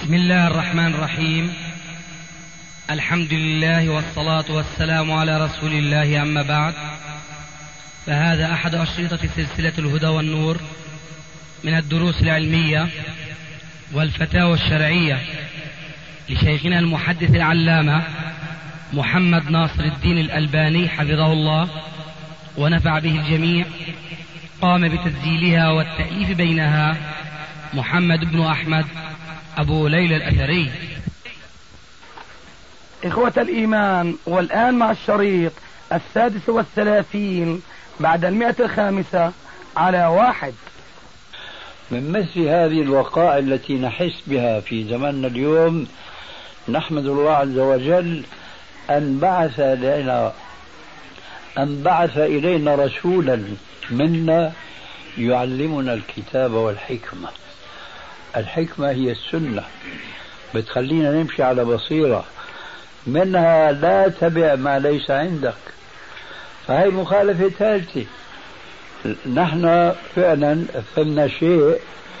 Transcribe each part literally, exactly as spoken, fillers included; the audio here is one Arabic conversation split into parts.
بسم الله الرحمن الرحيم. الحمد لله والصلاة والسلام على رسول الله، أما بعد، فهذا أحد أشرطة سلسلة الهدى والنور من الدروس العلمية والفتاوى الشرعية لشيخنا المحدث العلامة محمد ناصر الدين الألباني حفظه الله ونفع به الجميع. قام بتسجيلها والتأليف بينها محمد بن أحمد أبو ليلى الأثري. إخوة الإيمان، والآن مع الشريط السادس والثلاثين بعد المئة الخامسة على واحد. من مثل هذه الوقائع التي نحس بها في زماننا اليوم، نحمد الله عز وجل أن بعث لنا أن بعث إلينا رسولا منا يعلمنا الكتاب والحكمة. الحكمة هي السنة، بتخلينا نمشي على بصيرة، منها لا تبع ما ليس عندك. فهي مخالفة ثالثة. نحن فعلا فهمنا شيء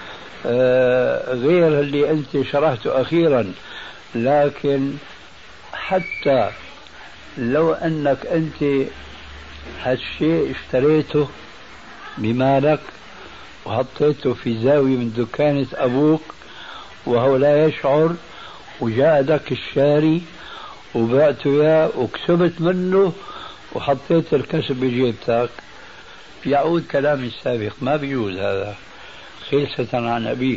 غير اللي أنت شرحته أخيرا، لكن حتى لو أنك أنت هالشيء اشتريته بمالك وحطيته في زاوية من دكانة أبوك وهو لا يشعر، وجاء ذاك الشاري وبعته إياه وكسبت منه وحطيت الكسب بجيبتك، يعود كلامي السابق، ما بيجوز هذا خلسة عن أبيك.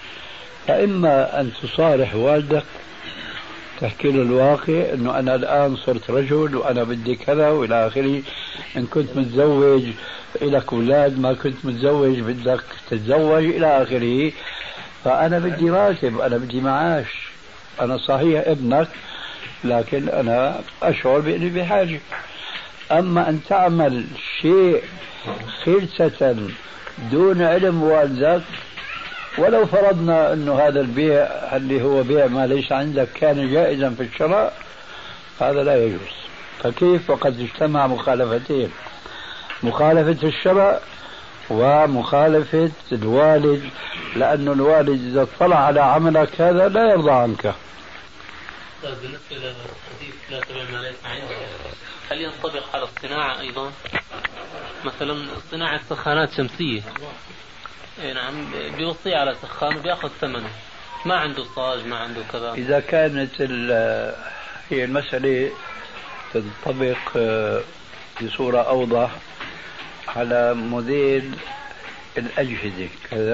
فإما أن تصارح والدك تحكي له الواقع أنه أنا الآن صرت رجل وأنا بدي كذا وإلى آخره، إن كنت متزوج إلك أولاد، ما كنت متزوج بدك تتزوج إلى آخره، فأنا بدي راتب، أنا بدي معاش، أنا صحيح ابنك لكن أنا أشعر بأني بحاجة. أما أن تعمل شيء خلسة دون علم والدك، ولو فرضنا أنه هذا البيع اللي هو بيع ما ليس عندك كان جائزا في الشراء، هذا لا يجوز. فكيف وقد اجتمع مخالفتين، مخالفة الشرع ومخالفة الوالد، لأن الوالد إذا اطلع على عملك هذا لا يرضى عنك. طيب، بالنسبة للحديث لا تبع ما ليس عندك، هل ينطبق على الصناعة أيضا؟ مثلا صناعة سخانات شمسية، نعم، بيوصي على سخان وبياخذ ثمنه، ما عنده صاج، ما عنده كذا. إذا كانت هي المسألة تنطبق بصورة أوضح على موديل الأجهزة،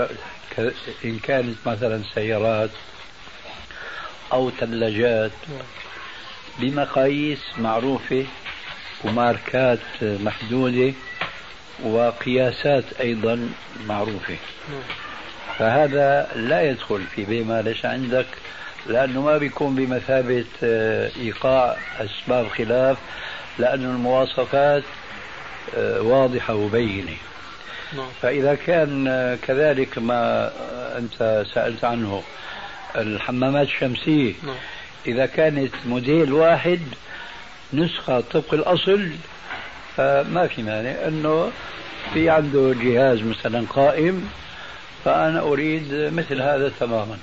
إن كانت مثلا سيارات أو ثلاجات بمقاييس معروفة وماركات محدودة وقياسات أيضا معروفة، فهذا لا يدخل في بما ليس عندك، لأنه ما بيكون بمثابة إيقاع أسباب خلاف، لأن المواصفات واضحة وبينة. فإذا كان كذلك ما أنت سألت عنه، الحمامات الشمسية إذا كانت موديل واحد نسخة طبق الأصل، فما في مانع أنه في عنده جهاز مثلا قائم، فأنا أريد مثل هذا تماما.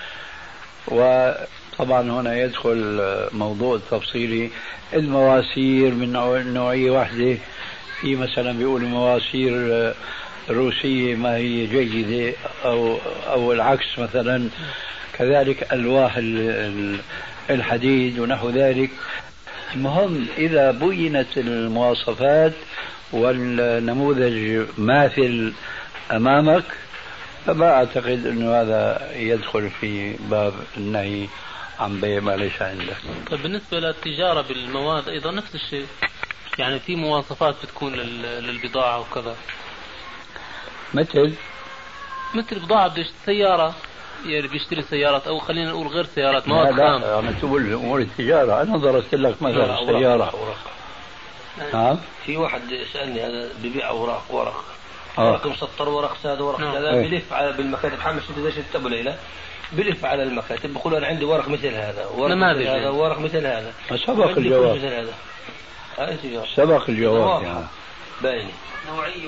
وطبعا هنا يدخل موضوع التفصيلي، المواسير من نوعية واحدة، في مثلا بيقول مواسير روسية ما هي جيدة، أو أو العكس مثلا، كذلك ألواح الحديد ونحو ذلك. المهم إذا بينت المواصفات والنموذج ماثل أمامك، فما أعتقد أنه هذا يدخل في باب النهي عن بيع ما ليس عندك. طيب، بالنسبة للتجارة بالمواد أيضا نفس الشيء، يعني في مواصفات بتكون للبضاعة وكذا، مثل مثل بضاعة بدي سيارة، يعني بيشتري سيارات، أو خلينا نقول غير سيارات، مواد خام. لا لا، أنا تقول أمور التجارة، أنا درست لك مثلا سيارة. نعم. في واحد سألني هذا ببيع أوراق، ورق ورق مسطر، ورق سادة، ورق كذا، بلف على بالمكاتب. حمش انت زي ابو ليلى بلف على المكاتب، بقول انا عندي ورق مثل هذا، ورق مثل هذا، ورق مثل هذا. سبق الجواب، مثل هذا. سبق الجواب يعني. باين نوعية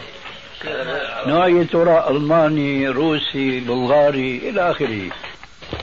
نوعية وراء ألماني، روسي، بلغاري إلى آخره.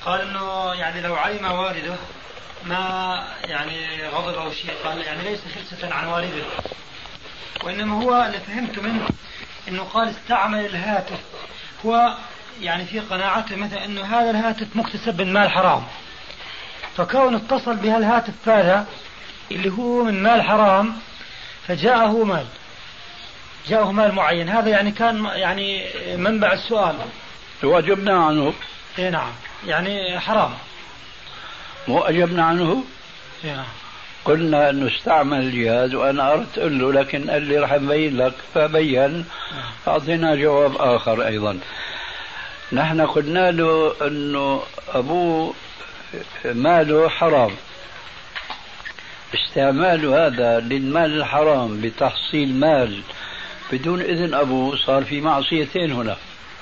قال انه يعني لو علم والده ما يعني غضب او شيء، قال يعني ليس خلسة عن والده، وانما هو اللي فهمته منه انه قال استعمل الهاتف، هو يعني في قناعته مثلا انه هذا الهاتف مكتسب من مال حرام، فكون اتصل بهالهاتف هذا اللي هو من مال حرام فجاءه مال جاءه مال معين، هذا يعني كان يعني منبع السؤال. وأجبنا عنه. اي نعم، يعني حرام. مو أجبنا عنه؟ اي نعم. قلنا أنه استعمل الجهاز وأنا أردت أقول له، لكن قال لي راح أبين لك، فبين، فأعطينا جواب آخر أيضا. نحن قلنا له أنه أبوه ماله حرام، استعمال هذا للمال الحرام بتحصيل مال بدون إذن أبوه صار في معصيتين هنا،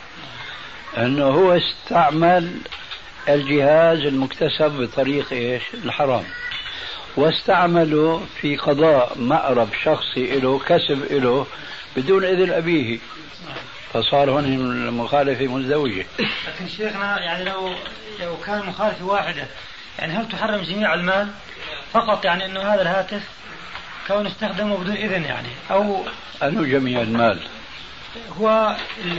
أنه هو استعمل الجهاز المكتسب بطريق إيش الحرام، واستعمله في قضاء مأرب شخصي له كسب له بدون إذن أبيه، فصار هون المخالفة مزدوجة. لكن شيخنا يعني لو لو كان مخالفة واحدة يعني هل تحرم جميع المال فقط، يعني انه هذا الهاتف كون استخدمه بدون اذن يعني، او انه جميع المال هو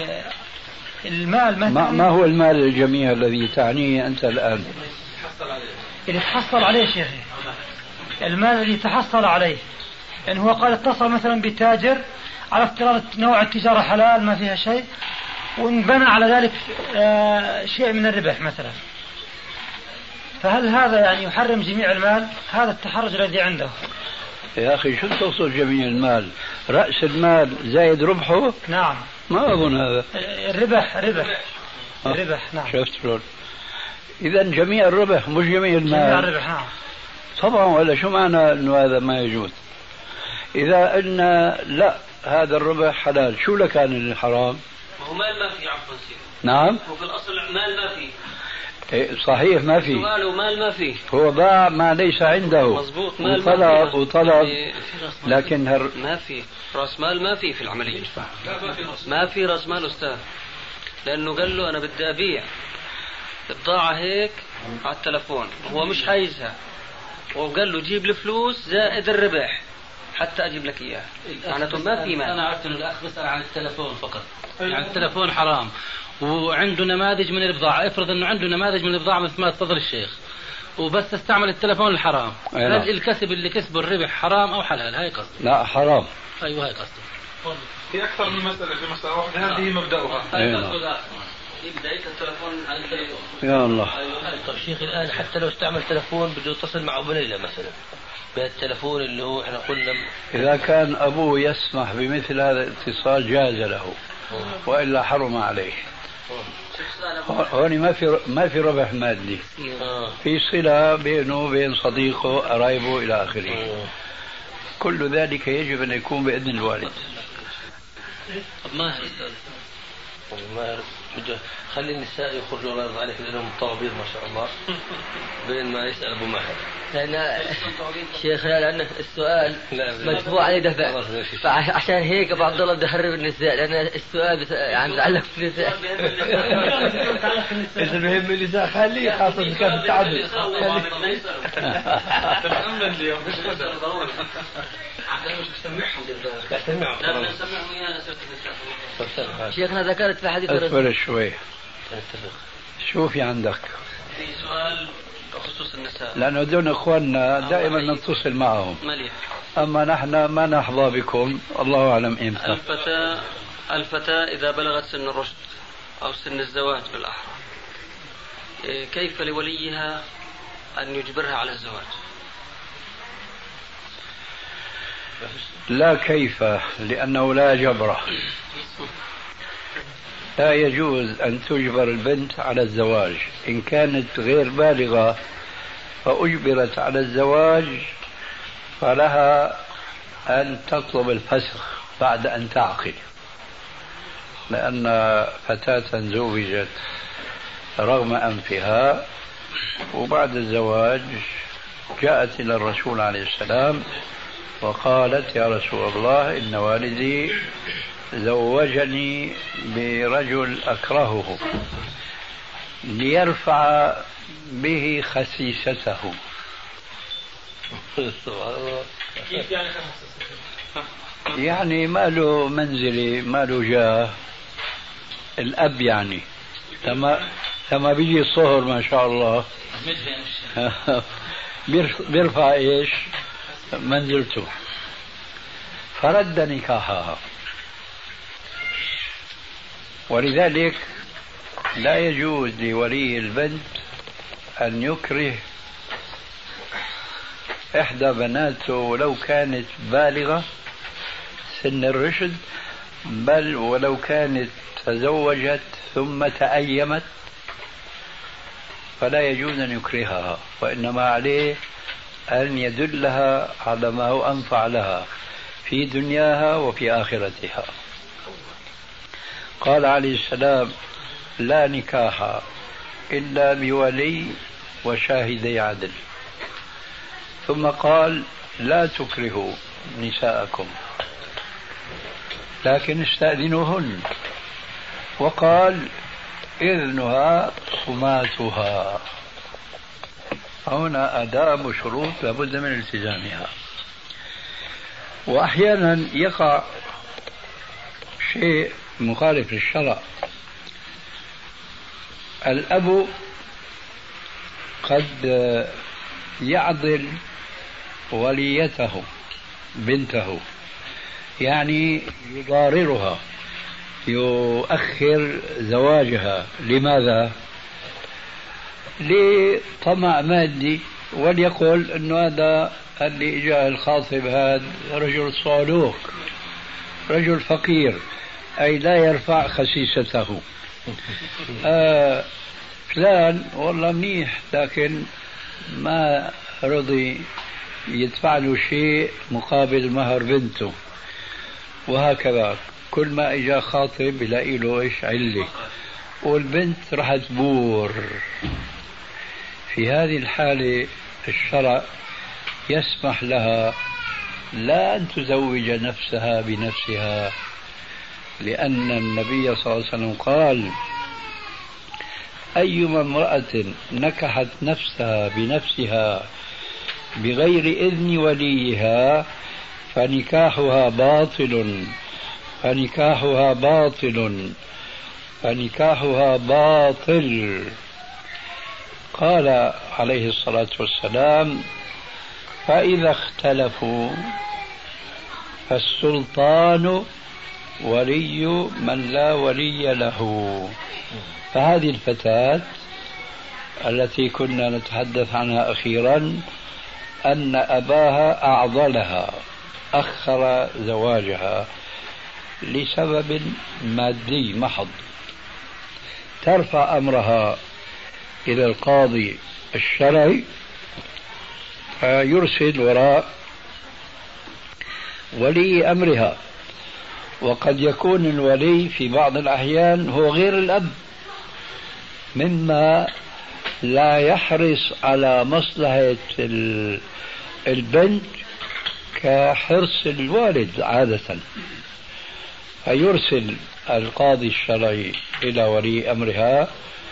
المال مثلا؟ ما, ما هو المال الجميع الذي تعنيه انت الان؟ اللي تحصل عليه شيخي، المال الذي تحصل عليه، يعني هو قال اتصل مثلا بتاجر على افتراض نوع التجارة حلال ما فيها شيء، وانبنى على ذلك آه شيء من الربح مثلا، فهل هذا يعني يحرم جميع المال؟ هذا التحرج الذي عنده. يا أخي شو تقصد جميع المال؟ رأس المال زايد ربحه؟ نعم. ما أظن هذا. الربح ربح الربح نعم. شفت شلون؟ إذا جميع الربح مش جميع المال. جميع الربح نعم. طبعا، ولا شو معنى إنه هذا ما يجوز؟ إذا قلنا لا هذا الربح حلال، شو لكان الحرام؟ هو مال ما في، عفوا سيدي. نعم. هو في الأصل مال ما في. إيه صحيح ما في. سؤاله مال ما في. هو باع ما ليس عنده. مزبوط، مال وطلب ما في. وطلب يعني لكن هر... ما في راس مال، ما في في العملية. ما في راس مال أستاذ، لأنه قال له أنا بدي أبيع البضاعة هيك على التلفون، هو مش عايزها، وقال له جيب الفلوس زائد الربح حتى أجيب لك إياها، معناته ما في مال. أنا عرفت إنه الأخ بيسأل عن التلفون فقط، يعني التلفون حرام وعنده نماذج من البضاعة، افرض إنه عنده نماذج من البضاعة مثل ما تفضل الشيخ، وبس استعمل التلفون الحرام، هل الكسب اللي كسبه الربح حرام أو حلال؟ هاي قصده. لا حرام. أيوه هاي قصده. في أكثر من مسألة، في مسألة واحدة هذه مبدأها. هاي قصده بداية التلفون على التلفون. يا الله. طيب شيخ الآن حتى لو استعمل تلفون بده يتصل مع أبو ليلى مثلا بالتلفون اللي هو احنا قلنا، إذا كان أبوه يسمح بمثل هذا الاتصال جاز له، وإلا حرم عليه. هون ما في ما في ربح مادي، في صلة بينه وبين صديقه قرايبه إلى آخره، كل ذلك يجب أن يكون بإذن الوالد. ما ما خلي النساء يخرجوا الله يرضى عليك لأنهم طوابير ما شاء الله بين ما يسأل أبو ماهر. لأن شيخنا لأن السؤال مدفوع عليه دفع، فعشان هيك أبو عبد الله بده يحرر النساء، لأن السؤال يعني متعلق بالنساء. إذا المهم النساء خليه، خاصة إذا كان بالتعدد. شيخنا ذكرت في حديث أصبر شوي، شو في عندك؟ في سؤال بخصوص النساء، لأنه دون إخواننا دائما نتصل معهم، مليح. أما نحن ما نحظى بكم، الله أعلم إمتى. الفتاة الفتاة إذا بلغت سن الرشد أو سن الزواج بالأحرى، كيف لوليها أن يجبرها على الزواج؟ لا كيف، لأنه لا جبر. لا يجوز أن تجبر البنت على الزواج، إن كانت غير بالغة فأجبرت على الزواج فلها أن تطلب الفسخ بعد أن تعقل، لأن فتاة زوجت رغم أنفها وبعد الزواج جاءت إلى الرسول عليه السلام وقالت يا رسول الله إن والدي زوجني برجل أكرهه ليرفع به خسيسته. كيف يعني خسيسته؟ يعني ما له منزلة، ما له جاه، الأب يعني لما لما بيجي الصهر ما شاء الله بيرفع ايش منزلته. فرد نكاحها، ولذلك لا يجوز لولي البنت أن يكره إحدى بناته ولو كانت بالغة سن الرشد، بل ولو كانت تزوجت ثم تأيمت فلا يجوز أن يكرهها، وإنما عليه أن يدلها على ما هو أنفع لها في دنياها وفي آخرتها. قال عليه السلام: لا نكاح إلا بولي وشاهدي عدل. ثم قال: لا تكرهوا نساءكم لكن استأذنوهن. وقال: إذنها صماتها. هنا آداب وشروط لابد من التزامها. وأحيانا يقع شيء مخالف للشرع. الأب قد يعضل وليته بنته، يعني يضاررها، يؤخر زواجها. لماذا؟ لطمع مادي، وليقل أنه هذا اللي جاء الخاطب هذا رجل صعلوك، رجل فقير، أي لا يرفع خسيسته. آه فلان والله منيح لكن ما رضي يدفع له شيء مقابل مهر بنته، وهكذا كل ما اجا خاطب يلاقي له ايش علة، والبنت راح تبور. في هذه الحالة الشرع يسمح لها لا أن تزوج نفسها بنفسها، لأن النبي صلى الله عليه وسلم قال: أيما امرأة نكحت نفسها بنفسها بغير إذن وليها فنكاحها باطل فنكاحها باطل فنكاحها باطل. قال عليه الصلاة والسلام: فإذا اختلفوا فالسلطان ولي من لا ولي له. فهذه الفتاة التي كنا نتحدث عنها أخيرا أن أباها أعضلها، أخر زواجها لسبب مادي محض، ترفع أمرها إلى القاضي الشرعي فيرسل وراء ولي أمرها. وقد يكون الولي في بعض الأحيان هو غير الأب، مما لا يحرص على مصلحة البنت كحرص الوالد عادة، فيرسل القاضي الشرعي إلى ولي أمرها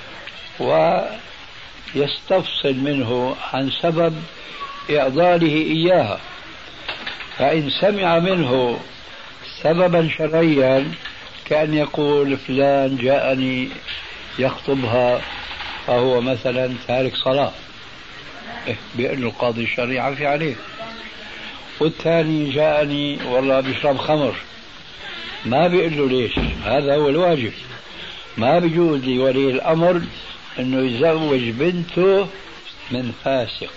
ويستفصل منه عن سبب إعضاله إياها. فإن سمع منه سببا شرعيا كأن يقول فلان جاءني يخطبها فهو مثلا تارك صلاة، إيه بيقول له القاضي الشرعي عفي عليه. والثاني جاءني والله بيشرب خمر، ما بيقول له ليش، هذا هو الواجب. ما بيجوز لولي الأمر أنه يزوج بنته من فاسق.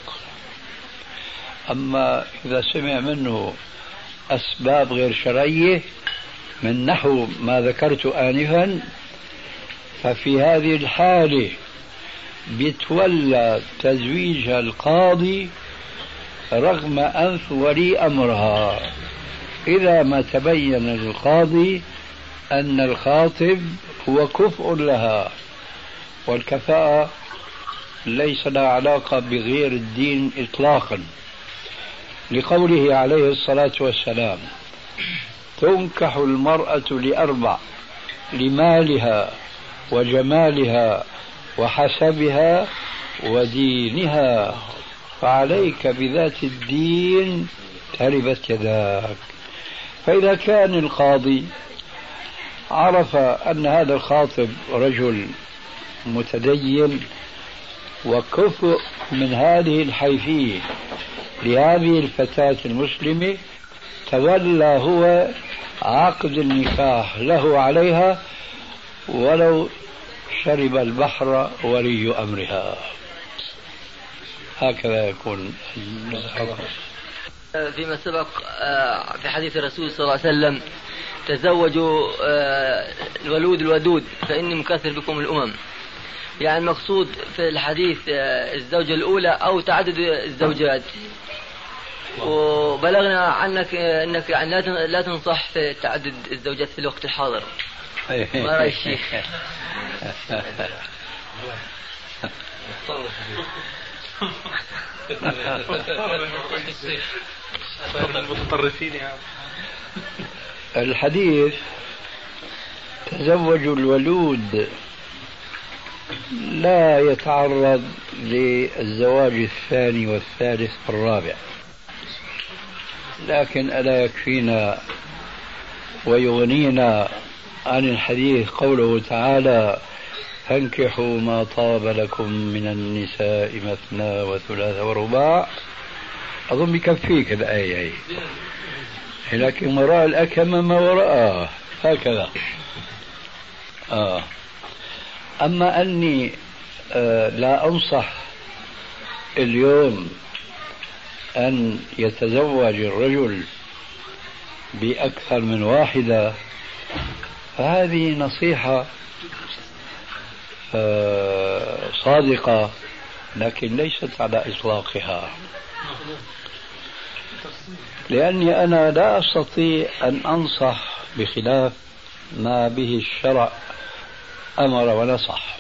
أما إذا سمع منه أسباب غير شرعية من نحو ما ذكرت آنفا، ففي هذه الحالة بيتولى تزويجها القاضي رغم أنف ولي أمرها، إذا ما تبين للقاضي أن الخاطب هو كفء لها. والكفاءة ليس لها علاقة بغير الدين إطلاقا، لقوله عليه الصلاة والسلام: تنكح المرأة لأربع: لمالها وجمالها وحسبها ودينها فعليك بذات الدين تربت يداك. فإذا كان القاضي عرف أن هذا الخاطب رجل متدين وكفء من هذه الحيثية لهذه الفتاة المسلمة، تولى هو عقد النكاح له عليها ولو شرب البحر ولي أمرها. هكذا يكون الحكم. فيما سبق في حديث الرسول صلى الله عليه وسلم: تزوجوا الولود الودود فإني مكاثر بكم الأمم. يعني المقصود في الحديث الزوجة الأولى أو تعدد الزوجات. وبلغنا عنك أنك يعني لا تنصح في تعدد الزوجات في الوقت الحاضر. ما رأي الشيخ؟ الحديث تزوجوا الولود لا يتعرض للزواج الثاني والثالث والرابع، لكن ألا يكفينا ويغنينا عن الحديث قوله تعالى: فانكحوا ما طاب لكم من النساء مثنى وثلاث ورباع. أظن بكفيك الآية، لكن وراء الأكمة ما وراءه هكذا. آه. أما أني آه لا أنصح اليوم أن يتزوج الرجل بأكثر من واحدة، فهذه نصيحة آه صادقة لكن ليست على إطلاقها، لأني أنا لا أستطيع أن أنصح بخلاف ما به الشرع أمر ونصح.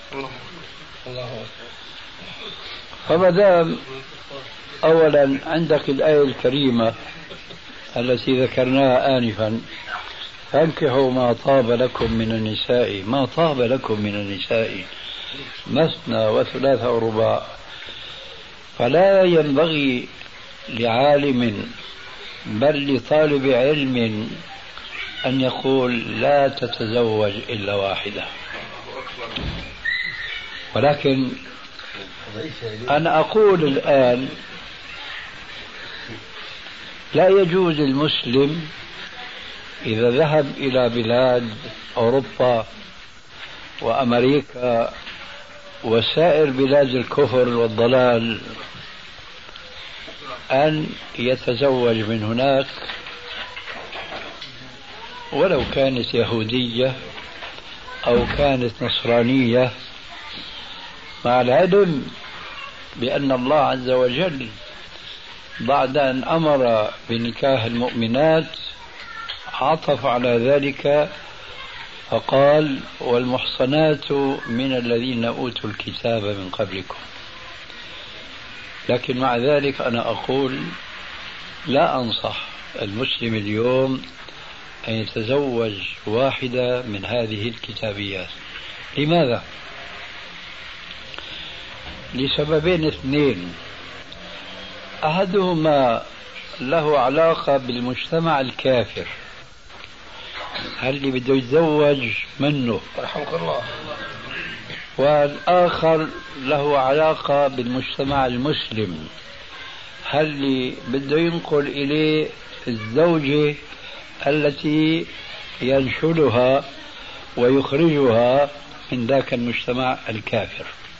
فمدام أولا عندك الآية الكريمة التي ذكرناها آنفا: فانكحوا ما طاب لكم من النساء، ما طاب لكم من النساء مثنى وثلاث ورباع، فلا ينبغي لعالم بل لطالب علم أن يقول لا تتزوج إلا واحدة. ولكن أنا أقول الآن لا يجوز المسلم إذا ذهب إلى بلاد أوروبا وأمريكا وسائر بلاد الكفر والضلال أن يتزوج من هناك ولو كانت يهودية أو كانت نصرانية، مع العلم بأن الله عز وجل بعد أن أمر بنكاح المؤمنات عطف على ذلك فقال: والمحصنات من الذين أوتوا الكتاب من قبلكم. لكن مع ذلك أنا أقول لا أنصح المسلم اليوم أن يتزوج واحدة من هذه الكتابيات. لماذا؟ لسببين اثنين: أحدهما له علاقة بالمجتمع الكافر، هل اللي بده يتزوج منه رحمك الله، والآخر له علاقة بالمجتمع المسلم، هل اللي بده ينقل إليه الزوجة التي ينشلها ويخرجها من ذاك المجتمع الكافر.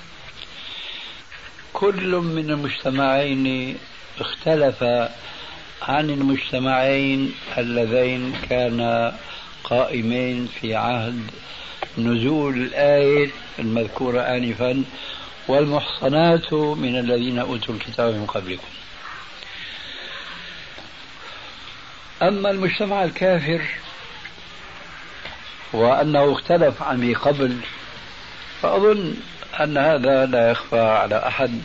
كل من المجتمعين اختلف عن المجتمعين اللذين كانا قائمين في عهد نزول الآية المذكورة آنفا: والمحصنات من الذين أوتوا الكتاب من قبلكم. أما المجتمع الكافر وأنه اختلف عن قبل، فأظن أن هذا لا يخفى على أحد،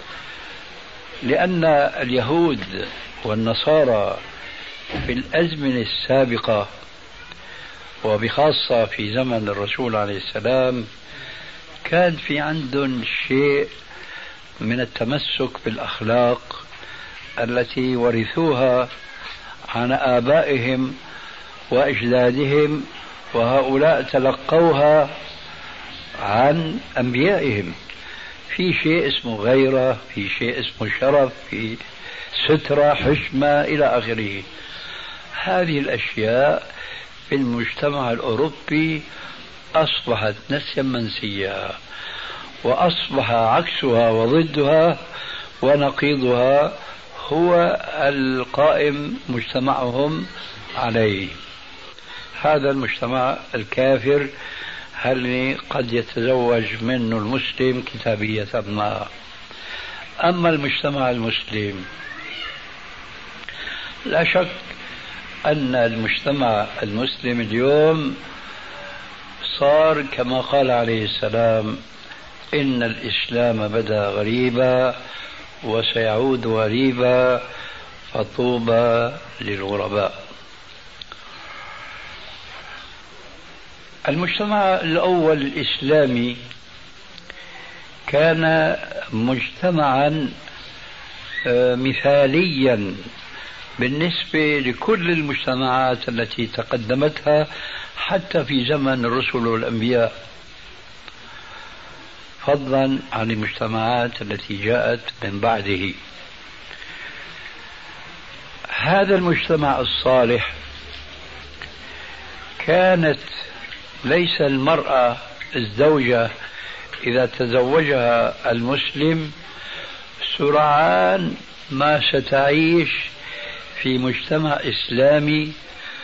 لأن اليهود والنصارى في الأزمنة السابقة وبخاصة في زمن الرسول عليه السلام كان في عندهم شيء من التمسك بالأخلاق التي ورثوها عن آبائهم وأجدادهم، وهؤلاء تلقوها عن أنبيائهم. في شيء اسمه غيرة، في شيء اسمه شرف، في سترة، حشمة، إلى آخره. هذه الأشياء في المجتمع الأوروبي أصبحت نسيا منسيا، وأصبح عكسها وضدها ونقيضها هو القائم مجتمعهم عليه. هذا المجتمع الكافر هل قد يتزوج منه المسلم كتابية ما. أما المجتمع المسلم لا شك أن المجتمع المسلم اليوم صار كما قال عليه السلام: إن الإسلام بدا غريبا وسيعود غريبا فطوبى للغرباء. المجتمع الأول الإسلامي كان مجتمعا مثاليا بالنسبة لكل المجتمعات التي تقدمتها حتى في زمن الرسل والأنبياء، فضلا عن المجتمعات التي جاءت من بعده. هذا المجتمع الصالح كانت ليس المرأة الزوجة إذا تزوجها المسلم سرعان ما ستعيش في مجتمع إسلامي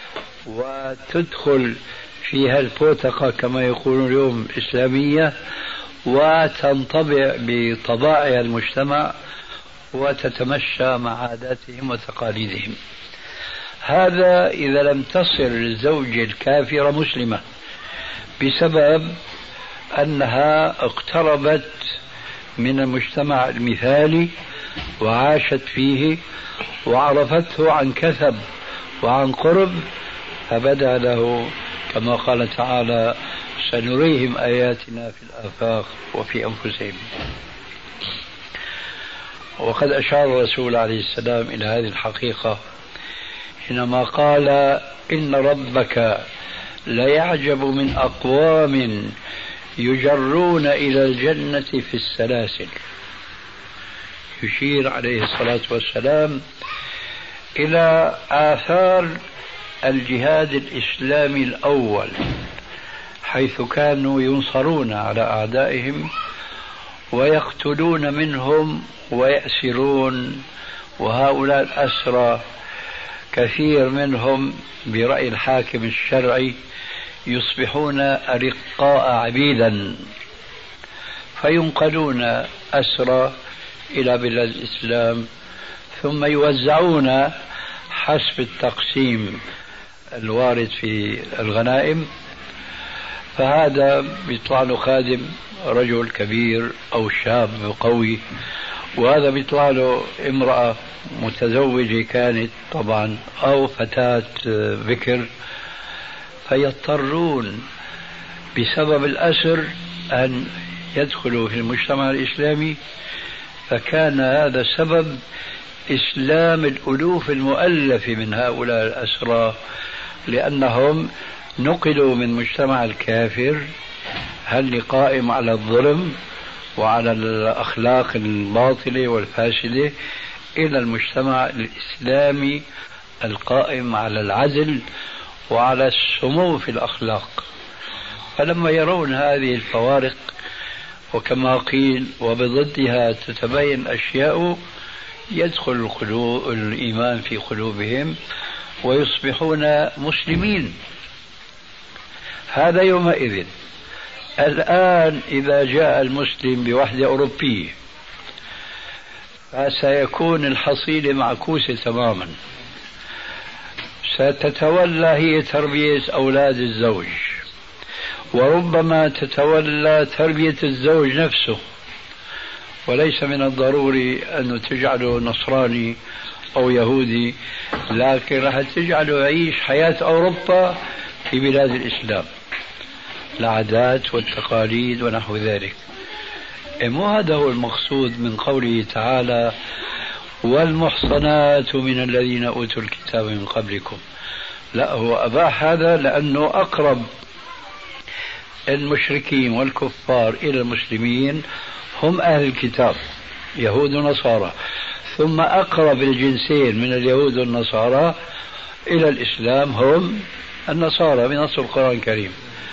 وتدخل فيها البوتقة كما يقولون اليوم إسلامية، وتنطبع بطبائع المجتمع وتتمشى مع عاداتهم وتقاليدهم. هذا إذا لم تصل الزوجة الكافرة مسلمة، بسبب أنها اقتربت من المجتمع المثالي وعاشت فيه وعرفته عن كثب وعن قرب، فبدا له كما قال تعالى: سنريهم آياتنا في الآفاق وفي أنفسهم. وقد أشار الرسول عليه السلام إلى هذه الحقيقة حينما قال: إن ربك لا يعجب من أقوام يجرون إلى الجنة في السلاسل. يشير عليه الصلاة والسلام إلى آثار الجهاد الإسلامي الأول، حيث كانوا ينصرون على أعدائهم ويقتلون منهم ويأسرون، وهؤلاء الأسرى كثير منهم برأي الحاكم الشرعي يصبحون أرقاء عبيدا، فينقلون أسرى إلى بلاد الإسلام ثم يوزعون حسب التقسيم الوارد في الغنائم. فهذا بيطلع له خادم رجل كبير أو شاب قوي، وهذا بيطلع له امرأة متزوجة كانت طبعا أو فتاة بكر، فيضطرون بسبب الأسر أن يدخلوا في المجتمع الإسلامي. فكان هذا سبب إسلام الألوف المؤلفة من هؤلاء الأسرى، لأنهم نقلوا من مجتمع الكافر هل قائم على الظلم وعلى الأخلاق الباطلة والفاسدة إلى المجتمع الإسلامي القائم على العدل وعلى السمو في الأخلاق. فلما يرون هذه الفوارق، وكما قيل وبضدها تتبين أشياء، يدخل القلوب الإيمان في قلوبهم ويصبحون مسلمين. هذا يومئذ. الآن إذا جاء المسلم بوحدة أوروبية فسيكون الحصيلة معكوسة تماما. ستتولى هي تربية أولاد الزوج، وربما تتولى تربية الزوج نفسه، وليس من الضروري أن تجعله نصراني أو يهودي، لكن راح تجعله يعيش حياة أوروبا في بلاد الإسلام، العادات والتقاليد ونحو ذلك. مو هذا هو المقصود من قوله تعالى والمحصنات من الذين أوتوا الكتاب من قبلكم. لا، هو أباح هذا لأنه أقرب المشركين والكفار إلى المسلمين هم أهل الكتاب يهود ونصارى، ثم أقرب الجنسين من اليهود والنصارى إلى الإسلام هم النصارى بنص القرآن الكريم.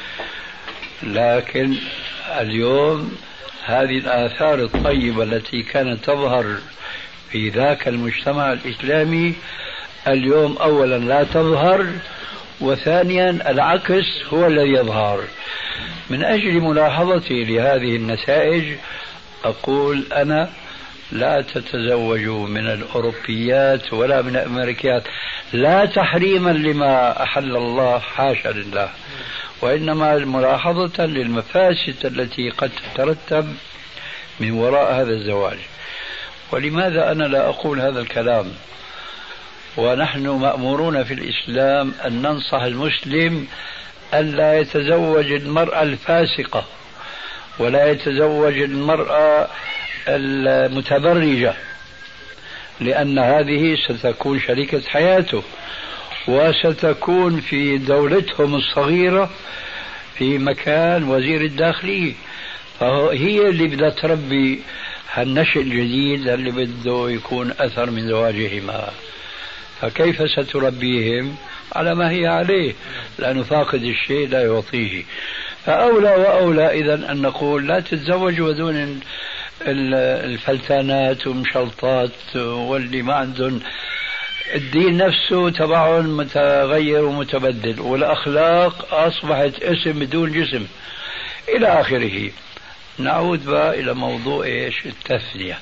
لكن اليوم هذه الآثار الطيبة التي كانت تظهر في ذاك المجتمع الإسلامي اليوم أولا لا تظهر، وثانيا العكس هو الذي يظهر. من أجل ملاحظتي لهذه النتائج أقول أنا لا تتزوجوا من الأوروبيات ولا من الأمريكيات، لا تحريما لما أحل الله حاشا لله، وإنما ملاحظة للمفاسد التي قد تترتب من وراء هذا الزواج. ولماذا أنا لا أقول هذا الكلام ونحن مأمورون في الإسلام أن ننصح المسلم ألا يتزوج المرأة الفاسقة ولا يتزوج المرأة المتبرجة، لأن هذه ستكون شريكة حياته وستكون في دولتهم الصغيرة في مكان وزير الداخلية، فهي اللي بدها تربي هالنشء الجديد اللي بده يكون أثر من زواجهما. فكيف ستربيهم على ما هي عليه؟ لأنه فاقد الشيء لا يعطيه. فأولى وأولى إذن أن نقول لا تتزوجوا دون الفلتانات ومشلطات واللي ما عندهم الدين نفسه تبعهم متغير ومتبدل، والأخلاق أصبحت اسم بدون جسم إلى آخره. نعود بقى إلى موضوع إيش؟ التثنية.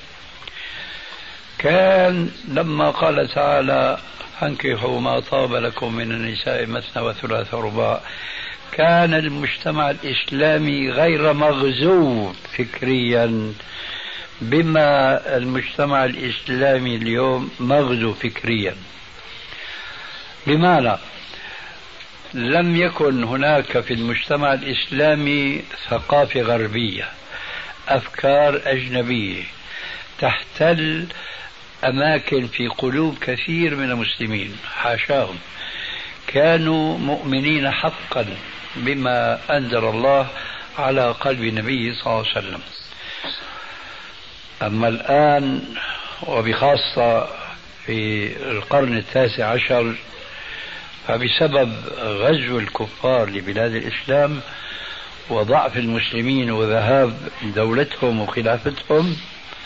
كان لما قال تعالى فانكحوا ما طاب لكم من النساء مثنى وثلاث ورباع، كان المجتمع الإسلامي غير مغزو فكريا بما المجتمع الإسلامي اليوم مغزو فكريا. بمعنى لم يكن هناك في المجتمع الإسلامي ثقافة غربية، أفكار أجنبية تحتل أماكن في قلوب كثير من المسلمين، حاشاهم، كانوا مؤمنين حقا بما أنزل الله على قلب النبي صلى الله عليه وسلم. أما الآن وبخاصة في القرن التاسع عشر فبسبب غزو الكفار لبلاد الإسلام وضعف المسلمين وذهاب دولتهم وخلافتهم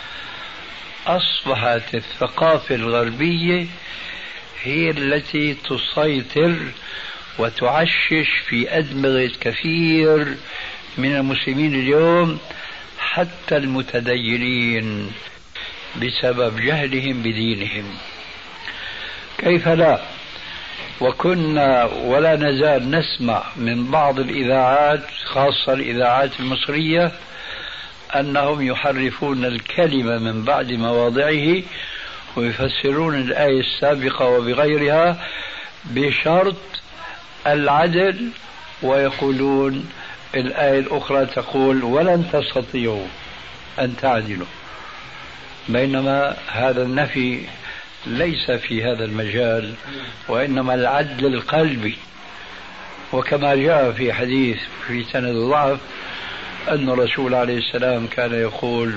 أصبحت الثقافة الغربية هي التي تسيطر وتعشش في أدمغة كثير من المسلمين اليوم، حتى المتدينين، بسبب جهلهم بدينهم. كيف لا؟ وكنا ولا نزال نسمع من بعض الإذاعات خاصة الإذاعات المصرية أنهم يحرفون الكلمة من بعد مواضعه ويفسرون الآية السابقة وبغيرها بشرط العدل، ويقولون الآية الأخرى تقول ولن تستطيعوا أن تعدلوا، بينما هذا النفي ليس في هذا المجال، وإنما العدل القلبي. وكما جاء في حديث في سند ضعف أن الرسول عليه السلام كان يقول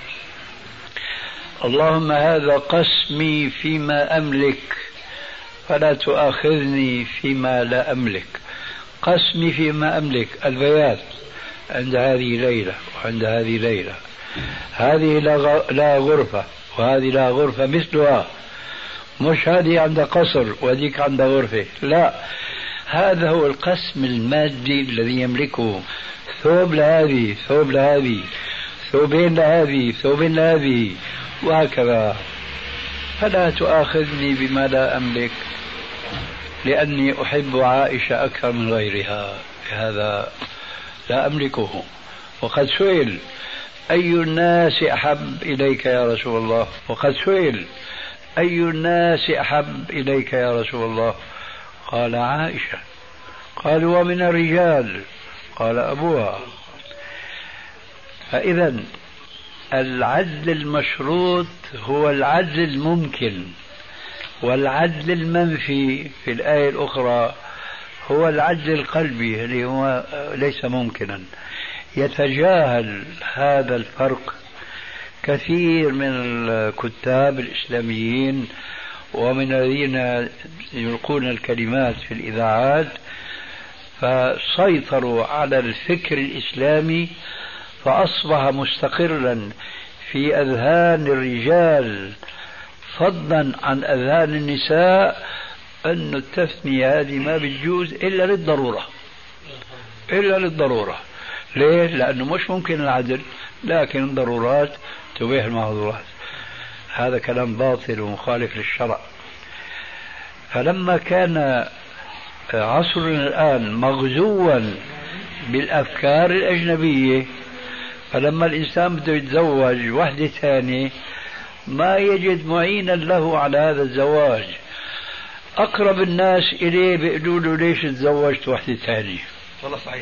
اللهم هذا قسمي فيما أملك فلا تؤاخذني فيما لا أملك. قسمي فيما أملك البيات عند هذه ليلة وعند هذه ليلة، هذه لا غرفة وهذه لا غرفة مثلها، مش هذه عند قصر وهذيك عند غرفة، لا، هذا هو القسم المادي الذي يملكه، ثوب لهذه ثوب لهذه ثوبين لهذه ثوبين لهذه وهكذا. فلا تؤاخذني بما لا أملك لأني أحب عائشة أكثر من غيرها، هذا لا أملكه. وقد سئل أي الناس أحب إليك يا رسول الله، وقد سئل أي الناس أحب إليك يا رسول الله، قال عائشة. قالوا ومن الرجال، قال أبوها. فإذا العدل المشروط هو العدل الممكن، والعدل المنفي في الآية الأخرى هو العدل القلبي اللي هو ليس ممكنا. يتجاهل هذا الفرق كثير من الكتاب الإسلاميين ومن الذين يلقون الكلمات في الإذاعات، فسيطروا على الفكر الإسلامي فأصبح مستقرا في أذهان الرجال فضلا عن أذهان النساء أن التثنية هذه ما بتجوز إلا للضرورة، إلا للضرورة. ليه؟ لأنه مش ممكن العدل، لكن الضرورات تبيح المحظورات. هذا كلام باطل ومخالف للشرع. فلما كان عصرنا الآن مغزوا بالأفكار الأجنبية، فلما الإنسان بده يتزوج وحدة ثانية ما يجد معينا له على هذا الزواج. أقرب الناس إليه بيقولوا له ليش تزوجت وحدة ثانية؟ والله صحيح.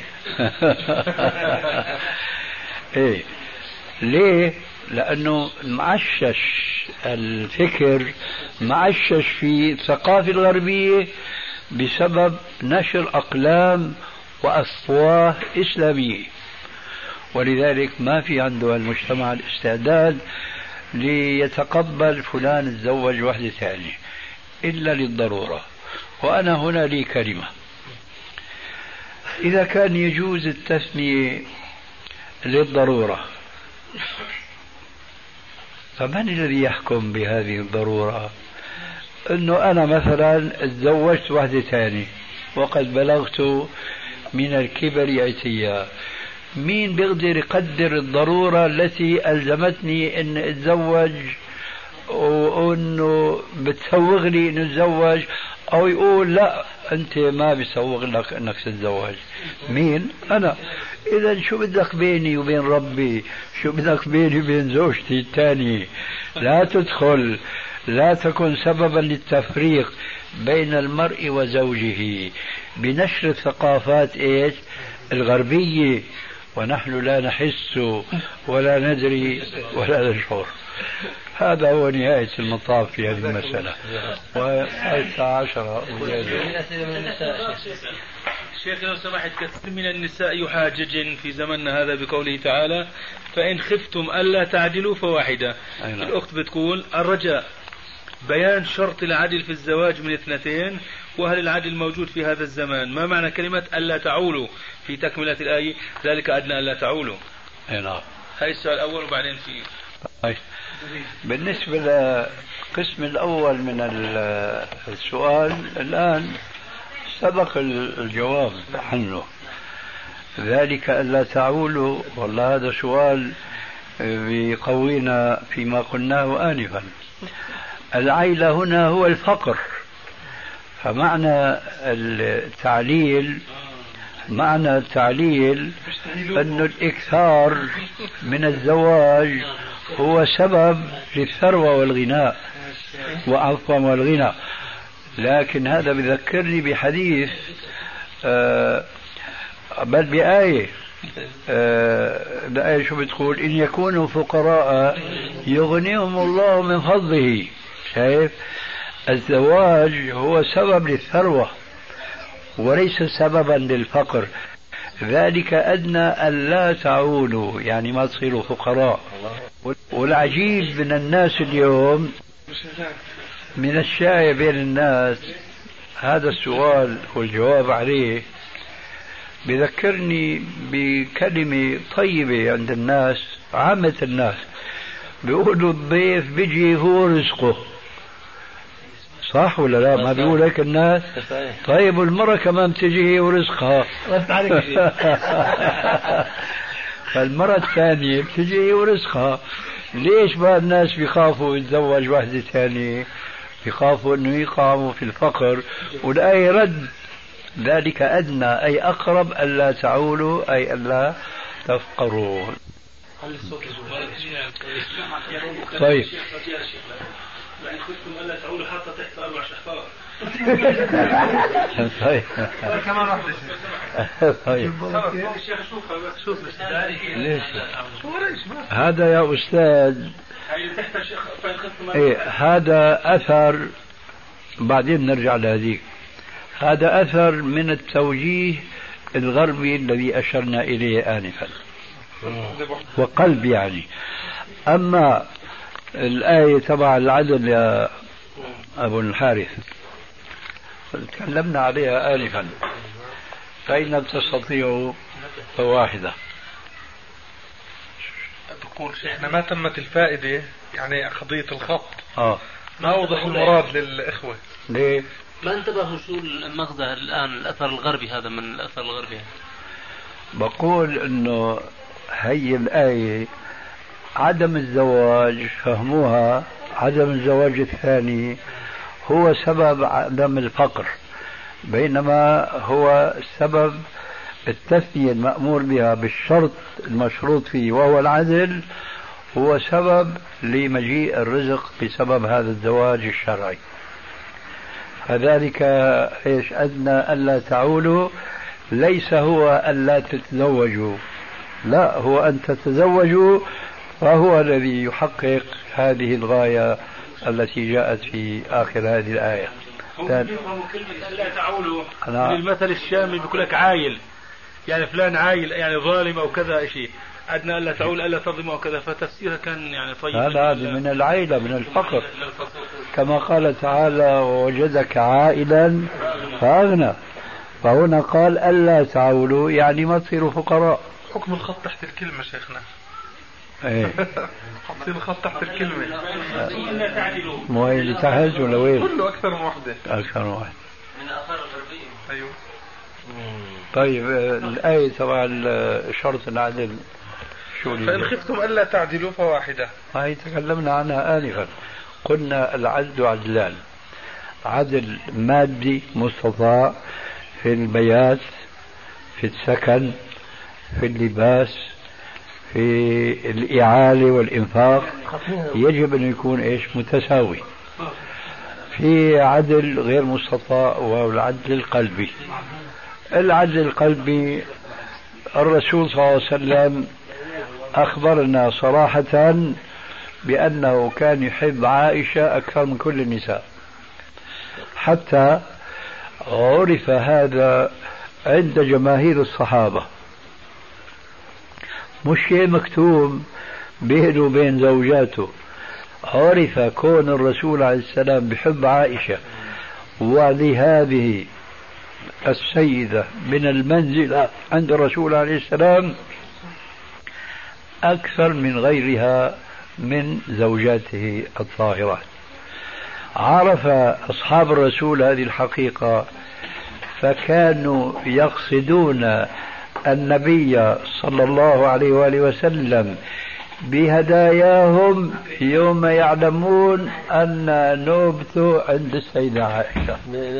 إيه ليه؟ لأنه معشش الفكر، معشش في الثقافة الغربية بسبب نشر أقلام وأفواه إسلامية، ولذلك ما في عنده المجتمع الاستعداد ليتقبل فلان تزوج وحدة ثانية إلا للضرورة. وأنا هنا لي كلمة: إذا كان يجوز التثنية للضرورة، فمن الذي يحكم بهذه الضرورة؟ أنه أنا مثلا تزوجت وحدة ثانية وقد بلغت من الكبر عتيا، مين بيقدر يقدر الضرورة التي ألزمتني أن أتزوج وأنه بتسوغ لي أن أتزوج، أو يقول لا أنت ما بيسوغ لك أنك تتزوج؟ مين؟ أنا. إذا شو بدك بيني وبين ربي؟ شو بدك بيني وبين زوجتي الثانية؟ لا تدخل، لا تكن سببا للتفريق بين المرء وزوجه بنشر الثقافات إيش الغربية، ونحن لا نحس ولا ندري ولا نشعر. هذا هو نهاية المطاف في هذه المسألة. والساعة عشرة شيخ لو سمحت، كثير من النساء يحاججن في زمننا هذا بقوله تعالى: فإن خفتم ألا تعدلوا فواحدة. الأخت بتقول: الرجاء بيان شرط العدل في الزواج من اثنتين، وهل العدل موجود في هذا الزمان؟ ما معنى كلمة ألا تعولوا في تكملة الآية؟ ذلك أدنى ألا تعولوا. نعم. هاي السؤال الأول وبعدين في طيب. بالنسبة للقسم الأول من السؤال الآن سبق الجواب عنه، ذلك ألا تعولوا. والله هذا سؤال بيقوينا فيما قلناه آنفا. العيلة هنا هو الفقر، فمعنى التعليل معنى التعليل أن الإكثار من الزواج هو سبب للثروة والغناء وعفوا والغنى. لكن هذا بذكرني بحديث آه بل بآية آه الآية شو بتقول؟ إن يكونوا فقراء يغنيهم الله من فضله. شايف؟ الزواج هو سبب للثروة وليس سببا للفقر. ذلك أدنى أن لا تعولوا، يعني ما تصيروا فقراء. والعجيب من الناس اليوم، من الشائع بين الناس هذا السؤال والجواب عليه بذكرني بكلمة طيبة عند الناس، عامة الناس بيقولوا الضيف بيجي هو رزقه. صح ولا لا؟ ما بيقول هيك الناس؟ طيب والمرة كمان بتجي هي ورزقها. فالمرة الثانية بتجي هي ورزقها. ليش بقى الناس بيخافوا يتزوج واحدة ثانية؟ بيخافوا انه يقعوا في الفقر. والآية رد ذلك أدنى أي أقرب ألا تعولوا أي ألا تفقروا. طيب يعني خفتم ألا تعودوا حتى تحت أربع شهور. طيب كمان واحدة. طيب الشيخ شوفها بس شوف ليش هذا يا أستاذ؟ إيه هذا أثر، بعدين نرجع لهذيك. هذا أثر من التوجيه الغربي الذي أشرنا إليه آنفا، وقلب يعني. أما الآية تبع العدل يا أبو الحارث تكلمنا عليها آنفا، فإن لم تستطيعوا فواحدة. بقول شيخنا ما تمت الفائدة، يعني قضية الخط آه. ما أوضح المراد للإخوة. ليه؟ ما انتبهوا شو المغزى الآن الأثر الغربي هذا من الأثر الغربي؟ بقول إنه هي الآية عدم الزواج، فهموها عدم الزواج الثاني هو سبب عدم الفقر، بينما هو سبب التثنية المأمور بها بالشرط المشروط فيه وهو العدل هو سبب لمجيء الرزق بسبب هذا الزواج الشرعي. فذلك ايش أدنى ألا تعولوا ليس هو ألا تتزوجوا، لا، هو أن تتزوجوا، فهو الذي يحقق هذه الغاية التي جاءت في آخر هذه الآية. هم يفهموا كلمة ألا تعولوا من المثل الشامي بيقول لك عايل، يعني فلان عايل يعني ظالم أو كذا شيء، أدنى ألا تعول ألا تظلم أو كذا، فتفسيرها كان يعني طيب. هذا من العيلة من الفقر، كما قال تعالى ووجدك عائلا فأغنى، فهنا قال ألا تعولوا يعني ما تصيروا فقراء. حكم الخط تحت الكلمة شيخنا. ايه حاطين الخط تحت الكلمة. مو هي اللي تحت ولا وين؟ كله أكثر من واحدة. أكثر من واحدة. من آثار الغربية. أيوه. طيب الآية تبع شرط العدل شو؟ فإن خفتم ألا تعدلوا فواحدة. هاي تكلمنا عنها آنفا، قلنا العدل عدلان: عدل مادي مستطاع في البيات، في السكن، في اللباس، في الإعالة والإنفاق، يجب أن يكون إيش متساوي. في عدل غير مستطاع وهو العدل القلبي. العدل القلبي الرسول صلى الله عليه وسلم أخبرنا صراحة بأنه كان يحب عائشة أكثر من كل النساء، حتى عرف هذا عند جماهير الصحابة، مش شيء مكتوب بينه وبين زوجاته. عرف كون الرسول عليه السلام بحب عائشة ولهذه السيدة من المنزلة عند الرسول عليه السلام أكثر من غيرها من زوجاته الطاهرات. عرف أصحاب الرسول هذه الحقيقة، فكانوا يقصدون النبي صلى الله عليه وآله وسلم بهداياهم يوم يعلمون أن نوبته عند السيدة عائشة.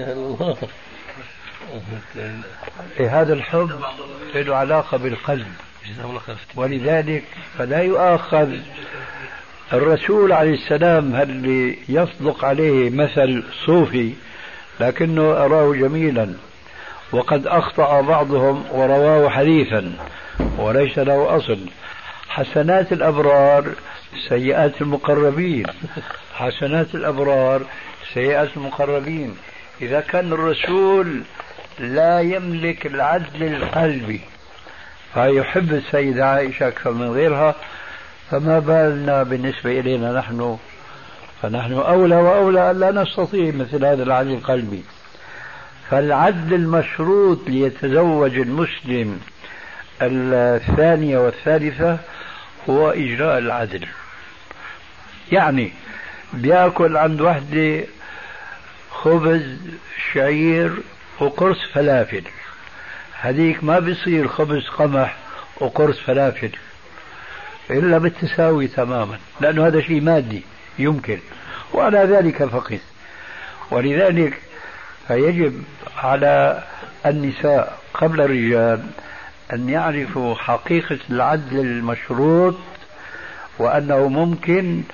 هذا الحب له علاقة بالقلب، ولذلك فلا يؤاخذ الرسول عليه السلام اللي يصدق عليه مثل صوفي لكنه أراه جميلا، وقد أخطأ بعضهم ورواه حديثا وليس له أصل: حسنات الأبرار سيئات المقربين، حسنات الأبرار سيئات المقربين. إذا كان الرسول لا يملك العدل القلبي فيحب السيدة عائشة أكثر من غيرها، فما بالنا بالنسبة إلينا نحن؟ فنحن أولى وأولى أن لا نستطيع مثل هذا العدل القلبي. فالعدل المشروط ليتزوج المسلم الثانية والثالثة هو إجراء العدل. يعني بيأكل عند وحدة خبز شعير وقرص فلافل، هذيك ما بيصير خبز قمح وقرص فلافل إلا بالتساوي تماما، لأنه هذا شيء مادي يمكن، وعلى ذلك فقس. ولذلك فيجب على النساء قبل الرجال أن يعرفوا حقيقة العدل المشروط، وأنه ممكن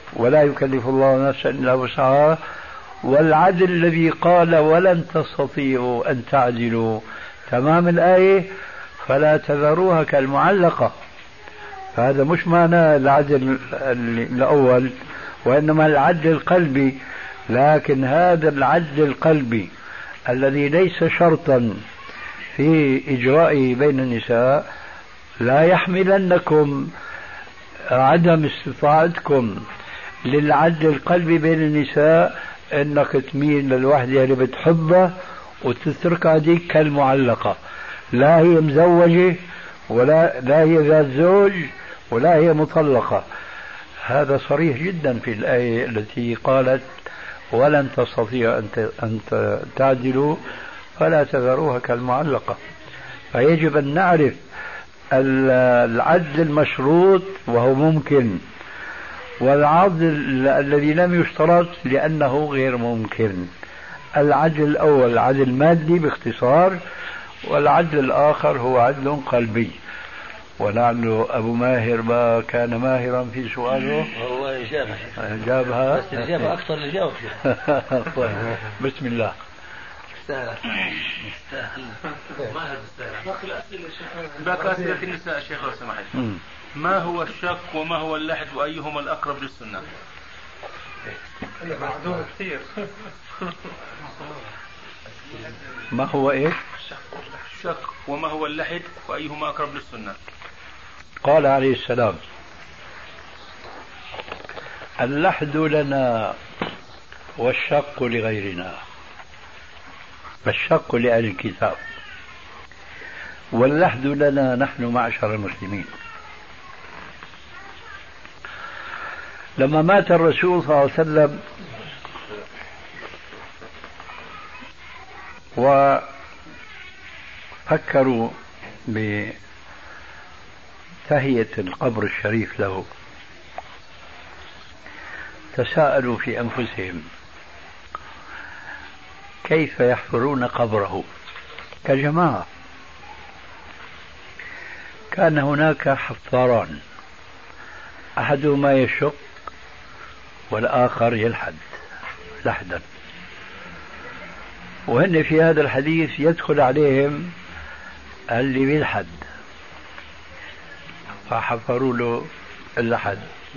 ولا يكلف الله نفسا إلا وسعها، والعدل الذي قال ولن تستطيعوا أن تعدلوا تمام الآية فلا تذروها كالمعلقة. فهذا مش معنى العدل الأول، وإنما العدل القلبي. لكن هذا العدل القلبي الذي ليس شرطا في إجرائه بين النساء لا يحملنكم عدم استطاعتكم للعدل القلبي بين النساء انك تميل للوحدة اللي بتحبها وتترك هذيك كالمعلقة، لا هي مزوجة ولا لا هي ذات زوج ولا هي مطلقة. هذا صريح جدا في الآية التي قالت ولن تستطيع أن تعدلوا فلا تذروها كالمعلقة. فيجب أن نعرف العدل المشروط وهو ممكن، والعدل الذي لم يشترط لأنه غير ممكن. العدل الأول عدل مادي باختصار، والعدل الآخر هو عدل قلبي. ولعل أبو ماهر ما كان ماهرا في سؤاله. هو إجابة جابها بس الإجابة أكثر اللي جاوب فيها. طيب بسم الله. مستاهل مستاهل ماهر مستاهل. باقي أسئلة النساء شيخ لو سمحت. ما هو الشك وما هو اللحد وأيهما الأقرب للسنة؟ معدوم كثير. ما هو إيش؟ الشك وما هو اللحد وأيهما أقرب للسنة؟ قال عليه السلام: اللحد لنا والشق لغيرنا، فالشق لأهل الكتاب واللحد لنا نحن معشر المسلمين. لما مات الرسول صلى الله عليه وسلم وفكروا بتهيئة القبر الشريف له، تساءلوا في أنفسهم كيف يحفرون قبره كجماعة. كان هناك حفاران، أحدهما يشق والآخر يلحد لحدا، وهن في هذا الحديث يدخل عليهم اللي بيلحد، فحفروا له اللحد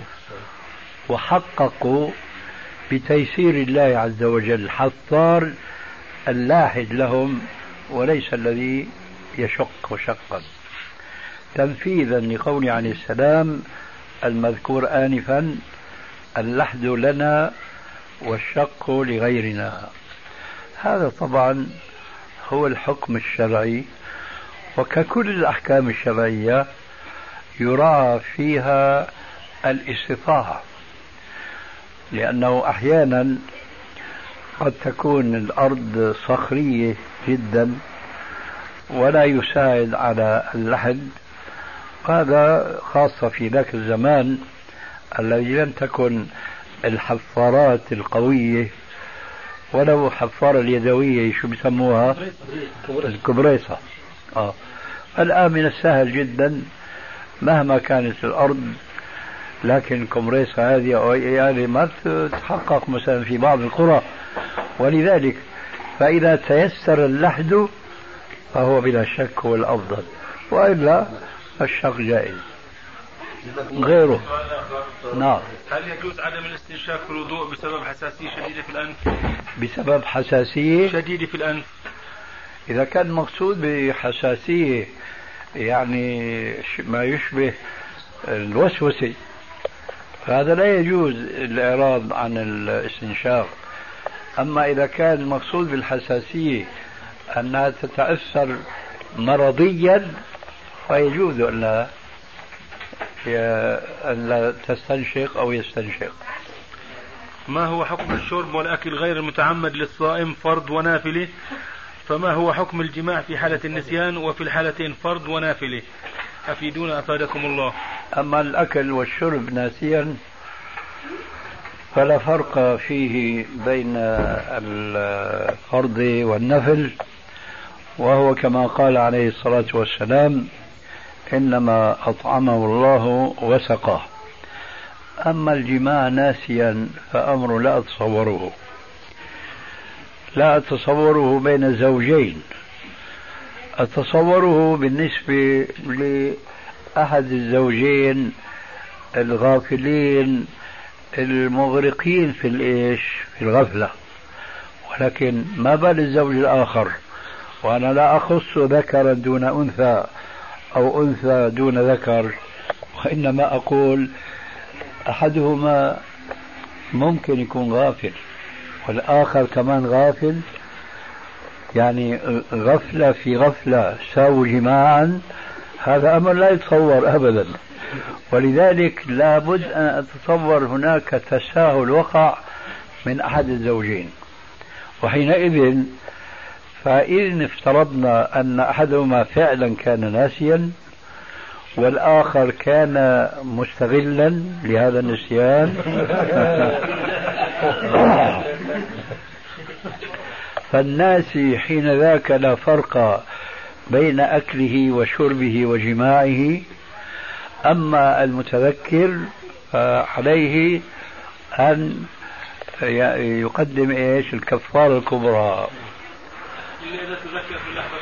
وحققوا بتيسير الله عز وجل حفار اللاحد لهم وليس الذي يشق شقا، تنفيذا لقول عليه السلام المذكور آنفا: اللحد لنا والشق لغيرنا. هذا طبعا هو الحكم الشرعي، وككل الأحكام الشرعية يراعى فيها الاستطاعة، لأنه أحيانا قد تكون الأرض صخرية جدا ولا يساعد على اللحد. هذا خاصة في ذاك الزمان الذي لم تكن الحفارات القوية ولو حفارة اليدوية شو بيسموها الكبريصة. آه. الآن من السهل جدا مهما كانت الأرض، لكن الكمبريسة هذه يعني ما تتحقق مثلا في بعض القرى، ولذلك فإذا تيسر اللحد فهو بلا شك هو الأفضل، وإلا الشق جائز غيره. نعم. هل يجوز عدم الاستنشاق في الوضوء بسبب حساسية شديدة في الأنف؟ بسبب حساسية شديدة في الأنف. إذا كان مقصود بحساسية يعني ما يشبه الوسوسة فهذا لا يجوز الإعراض عن الاستنشاق. أما إذا كان المقصود بالحساسية أنها تتأثر مرضيا فيجوز أن لا أن لا تستنشق أو يستنشق. ما هو حكم الشرب والأكل غير المتعمد للصائم فرض ونافلة؟ فما هو حكم الجماع في حالة النسيان وفي الحالتين فرض ونافلة؟ أفيدونا أفادكم الله. أما الأكل والشرب ناسيا فلا فرق فيه بين الفرض والنفل، وهو كما قال عليه الصلاة والسلام: إنما أطعمه الله وسقاه. أما الجماع ناسيا فأمر لا أتصوره، لا أتصوره بين زوجين، أتصوره بالنسبة لأحد الزوجين الغافلين المغرقين في الإيش في الغفلة، ولكن ما بال الزوج الآخر؟ وأنا لا أخص ذكرا دون أنثى أو أنثى دون ذكر، وإنما أقول أحدهما ممكن يكون غافل والآخر كمان غافل، يعني غفلة في غفلة ساووا جماعا، هذا أمر لا يتصور أبدا. ولذلك لابد أن أتصور هناك تساهل وقع من أحد الزوجين، وحينئذ فإن افترضنا أن أحدهما فعلا كان ناسيا والآخر كان مستغلا لهذا النسيان فالناسي حين ذاك لا فرق بين أكله وشربه وجماعه، أما المتذكر فعليه أن يقدم إيش الكفارة الكبرى. إذا تذكر في اللحظة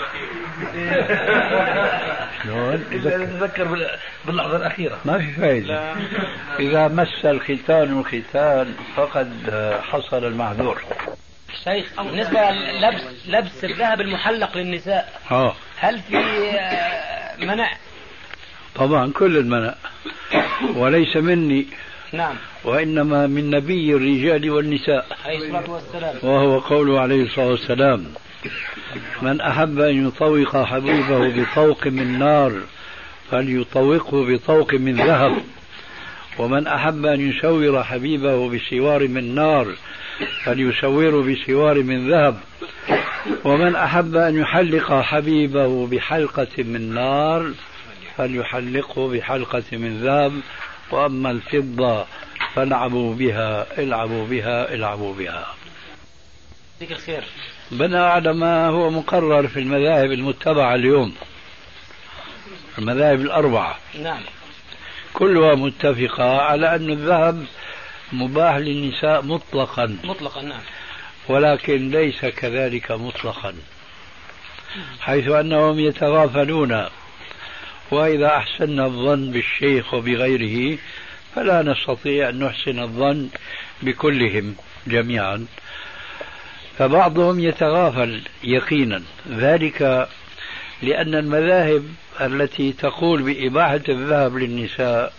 الأخيرة إذا تذكر باللحظة الأخيرة ما في فائدة. إذا مس الختان الختان فقد حصل المعذور. شيخ بالنسبة للبس لبس الذهب المحلق للنساء أوه. هل في منع؟ طبعا كل المنع، وليس مني نعم، وإنما من نبي الرجال والنساء عليه الصلاة والسلام، وهو قوله عليه الصلاة والسلام: من أحب أن يطوق حبيبه بطوق من نار فليطوقه بطوق من ذهب، ومن أحب أن يسور حبيبه بسوار من نار فليسوره بسوار من ذهب، ومن أحب أن يحلق حبيبه بحلقة من نار فليحلقه بحلقة من ذهب، وأما الفضة فالعبوا بها العبوا بها العبوا بها. ذيك الخير. بناء على ما هو مقرر في المذاهب المتبعة اليوم، المذاهب الأربعة نعم كلها متفقة على أن الذهب مباح للنساء مطلقا مطلقا نعم، ولكن ليس كذلك مطلقا، حيث أنهم يتغافلون، وإذا أحسننا الظن بالشيخ وبغيره فلا نستطيع أن نحسن الظن بكلهم جميعا، فبعضهم يتغافل يقينا، ذلك لأن المذاهب التي تقول بإباحة الذهب للنساء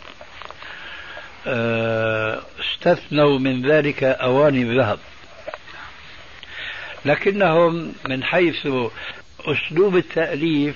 استثنوا من ذلك أواني الذهب، لكنهم من حيث أسلوب التأليف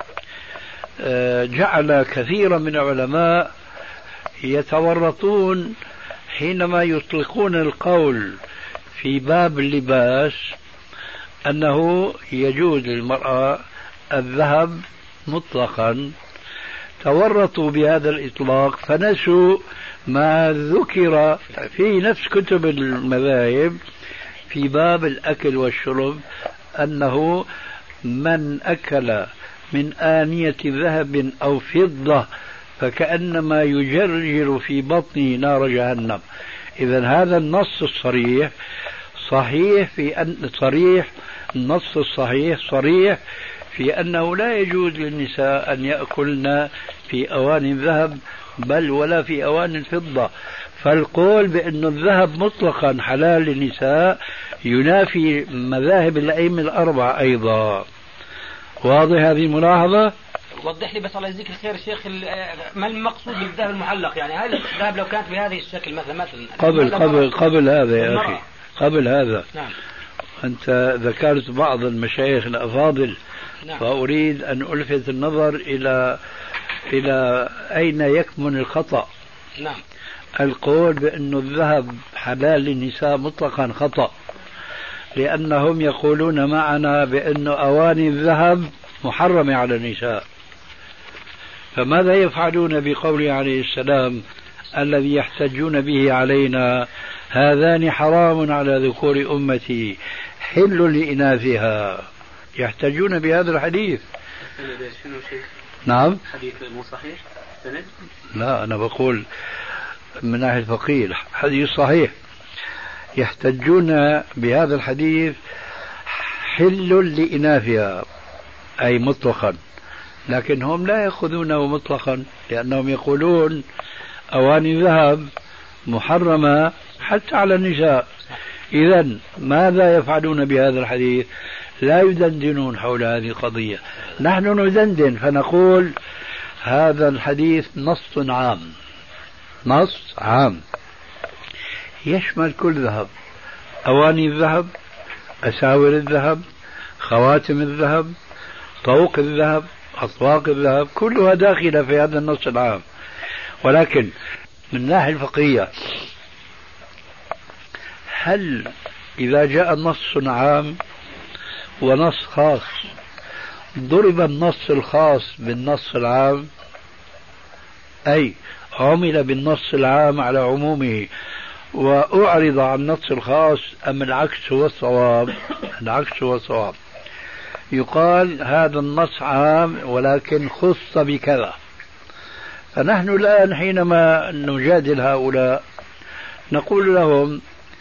جعل كثيرا من العلماء يتورطون حينما يطلقون القول في باب اللباس أنه يجوز للمرأة الذهب مطلقا، تورطوا بهذا الإطلاق فنسوا ما ذكر في نفس كتب المذاهب في باب الأكل والشرب، أنه من أكل من آنية ذهب أو فضة فكأنما يجرجر في بطنه نار جهنم. إذن هذا النص الصريح صحيح في أن صريح النص الصحيح صريح في أنه لا يجوز للنساء أن يأكلن في أواني الذهب بل ولا في أواني الفضة، فالقول بأن الذهب مطلقا حلال للنساء ينافي مذاهب الأئمة الأربعة أيضا. واضح هذه الملاحظة؟ وضح لي بس الله يجزيك الخير شيخ، ما المقصود بالذهب المحلق؟ يعني هل الذهب لو كانت بهذه الشكل مثلا مثلا قبل قبل قبل هذا يا أخي قبل هذا نعم. أنت ذكرت بعض المشايخ الأفاضل نعم. فأريد أن ألفت النظر إلى إلى أين يكمن الخطأ. نعم. القول بأن الذهب حلال للنساء مطلقا خطأ، لأنهم يقولون معنا بأن أواني الذهب محرمة على النساء، فماذا يفعلون بقوله عليه السلام الذي يحتجون به علينا هذان حرام على ذكور أمتي حل لإناثها؟ يحتجون بهذا الحديث. شنو شيخ؟ نعم. حديث مو صحيح سند؟ لا أنا بقول من ناحية الفقيه حديث صحيح، يحتجون بهذا الحديث حل لإناثها أي مطلقا، لكن هم لا يأخذونه مطلقا لأنهم يقولون أواني الذهب محرمة حتى على النساء. إذن ماذا يفعلون بهذا الحديث؟ لا يدندنون حول هذه القضية، نحن ندندن فنقول هذا الحديث نص عام، نص عام يشمل كل ذهب، أواني الذهب، أساور الذهب، خواتم الذهب، طوق الذهب، أطواق الذهب، كلها داخلة في هذا النص العام. ولكن من الناحية الفقهية هل إذا جاء نص عام ونص خاص ضرب النص الخاص بالنص العام، أي عمل بالنص العام على عمومه وأعرض عن النص الخاص، أم العكس هو الصواب؟ العكس هو الصواب. يقال هذا النص عام ولكن خص بكذا. فنحن الآن حينما نجادل هؤلاء نقول لهم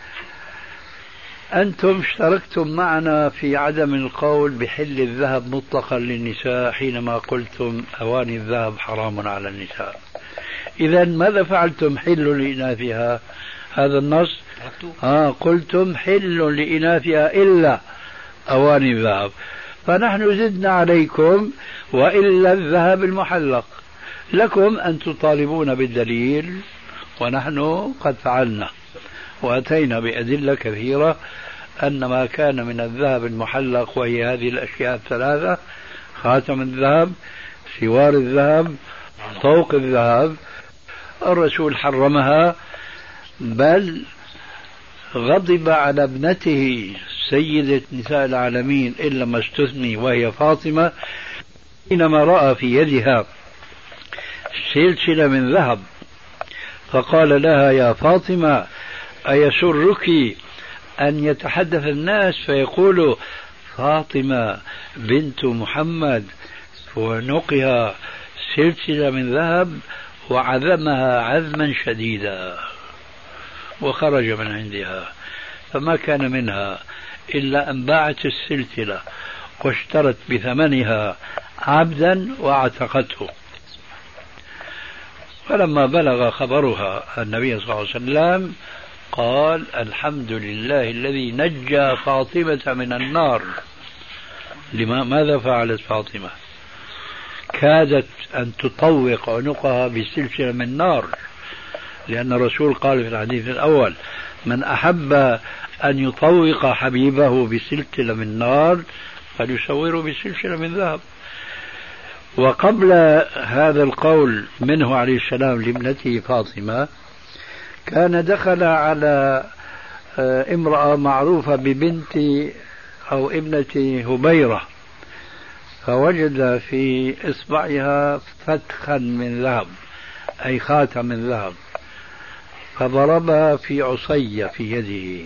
أنتم اشتركتم معنا في عدم القول بحل الذهب مطلقا للنساء حينما قلتم أواني الذهب حرام على النساء. إذا ماذا فعلتم؟ حل لإناثها، هذا النص آه قلتم حل لإناثها إلا أواني الذهب، فنحن زدنا عليكم وإلا الذهب المحلق، لكم أن تطالبون بالدليل، ونحن قد فعلنا وأتينا بأدلة كثيرة أن ما كان من الذهب المحلق، وهي هذه الأشياء الثلاثة: خاتم الذهب، سوار الذهب، طوق الذهب، الرسول حرمها، بل غضب على ابنته سيدة نساء العالمين إلا ما استثني وهي فاطمة حينما رأى في يدها سلسلة من ذهب، فقال لها: يا فاطمة أيسرك أن يتحدث الناس فيقولوا فاطمة بنت محمد ونقها سلسلة من ذهب وعذمها عذما شديدا، وخرج من عندها، فما كان منها إلا أن باعت السلسلة واشترت بثمنها عبدا واعتقته. فلما بلغ خبرها النبي صلى الله عليه وسلم قال: الحمد لله الذي نجى فاطمة من النار. لما ماذا فعلت فاطمة؟ كادت أن تطوق عنقها بسلسلة من نار، لأن الرسول قال في الحديث الأول: من أحب أن يطوق حبيبه بسلسلة من نار فليصوره بسلسلة من ذهب. وقبل هذا القول منه عليه السلام لابنته فاطمة كان دخل على امرأة معروفة ببنت أو ابنة هبيرة، فوجد في إصبعها فتخا من ذهب أي خاتم من ذهب، فضربها في عصية في يده،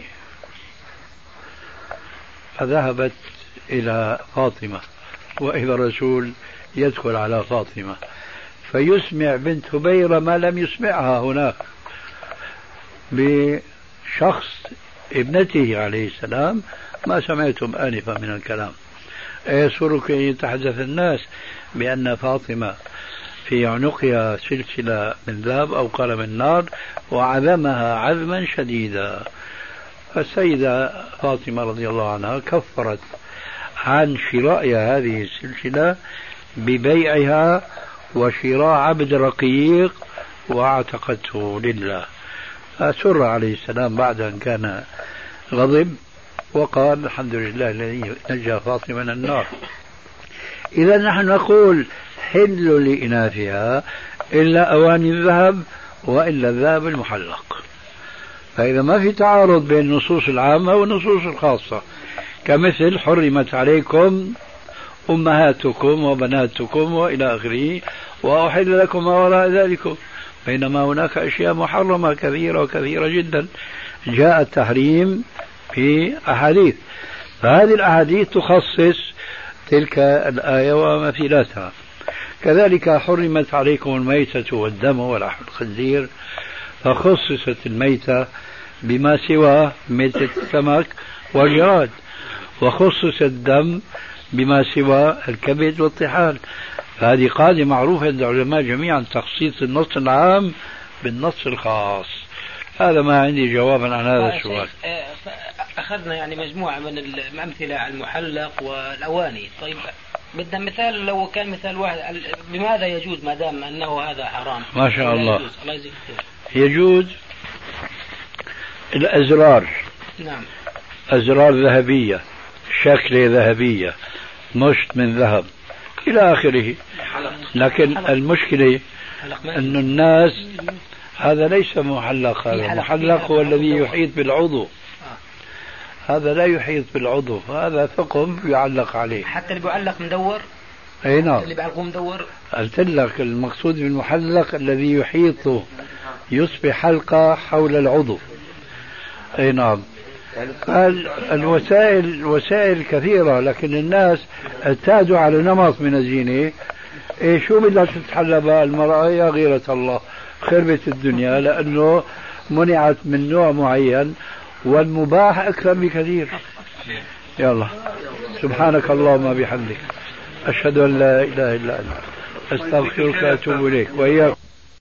فذهبت إلى فاطمة، وإذا الرسول يدخل على فاطمة فيسمع بنت هبيرة ما لم يسمعها هناك بشخص ابنته عليه السلام: ما سمعتم آنفا من الكلام. أيسرك أن يتحدث الناس بأن فاطمة في عنقها سلسلة من ذهب أو قال من نار وعذمها عذما شديدا؟ فالسيدة فاطمة رضي الله عنها كفرت عن شراء هذه السلسلة ببيعها وشراء عبد رقيق واعتقته لله. فسر عليه السلام بعد أن كان غضب وقال: الحمد لله الذي نجى فاطمة من النار. إذا نحن نقول حل لإناثها إلا أواني الذهب وإلا الذهب المحلق. فإذا ما في تعارض بين النصوص العامة والنصوص الخاصة، كمثل حرمت عليكم أمهاتكم وبناتكم وإلى آخره وأحل لكم ما وراء ذلك، بينما هناك أشياء محرمة كثيرة وكثيرة جدا جاء التحريم في أحاديث، فهذه الأحاديث تخصص تلك الآية ومثيلاتها. كذلك حرمت عليكم الميتة والدم ولحم الخنزير، فخصصت الميتة بما سوى ميتة السمك والجراد، وخصص الدم بما سوى الكبد والطحال. فهذه قاعدة معروفة عند العلماء جميعا، تخصيص النص العام بالنص الخاص. هذا ما عندي جوابا عن هذا السؤال. أخذنا يعني مجموعة من الأمثلة على المحلق والأواني. طيب بدنا مثال، لو كان مثال واحد بماذا يجوز ما دام أنه هذا حرام؟ ما شاء الله. يجوز. الله يجزيك خير. يجوز الأزرار. نعم. أزرار ذهبية، شكلة ذهبية، مشط من ذهب إلى آخره. لكن المشكلة أن الناس هذا ليس محلق، هذا محلق هو الذي يحيط بالعضو، هذا لا يحيط بالعضو، هذا ثقب يعلق عليه. حتى اللي بيعلق مدور. اي نعم. اللي بيعلقوه مدور. قلت لك المقصود بالمحلق الذي يحيطه، يصبح حلقة حول العضو. اي نعم. قال الوسائل وسائل كثيرة، لكن الناس اعتادوا على نمط من الزينة. إيه شو بدها تتحلى بها المرأة؟ يا غيرة الله، خربت الدنيا، لأنه منعت من نوع معين والمباح أكثر بكثير. يلا، سبحانك اللهم بحمدك، أشهد أن لا إله إلا أنت، أستغفرك وأتوب إليك وإياك.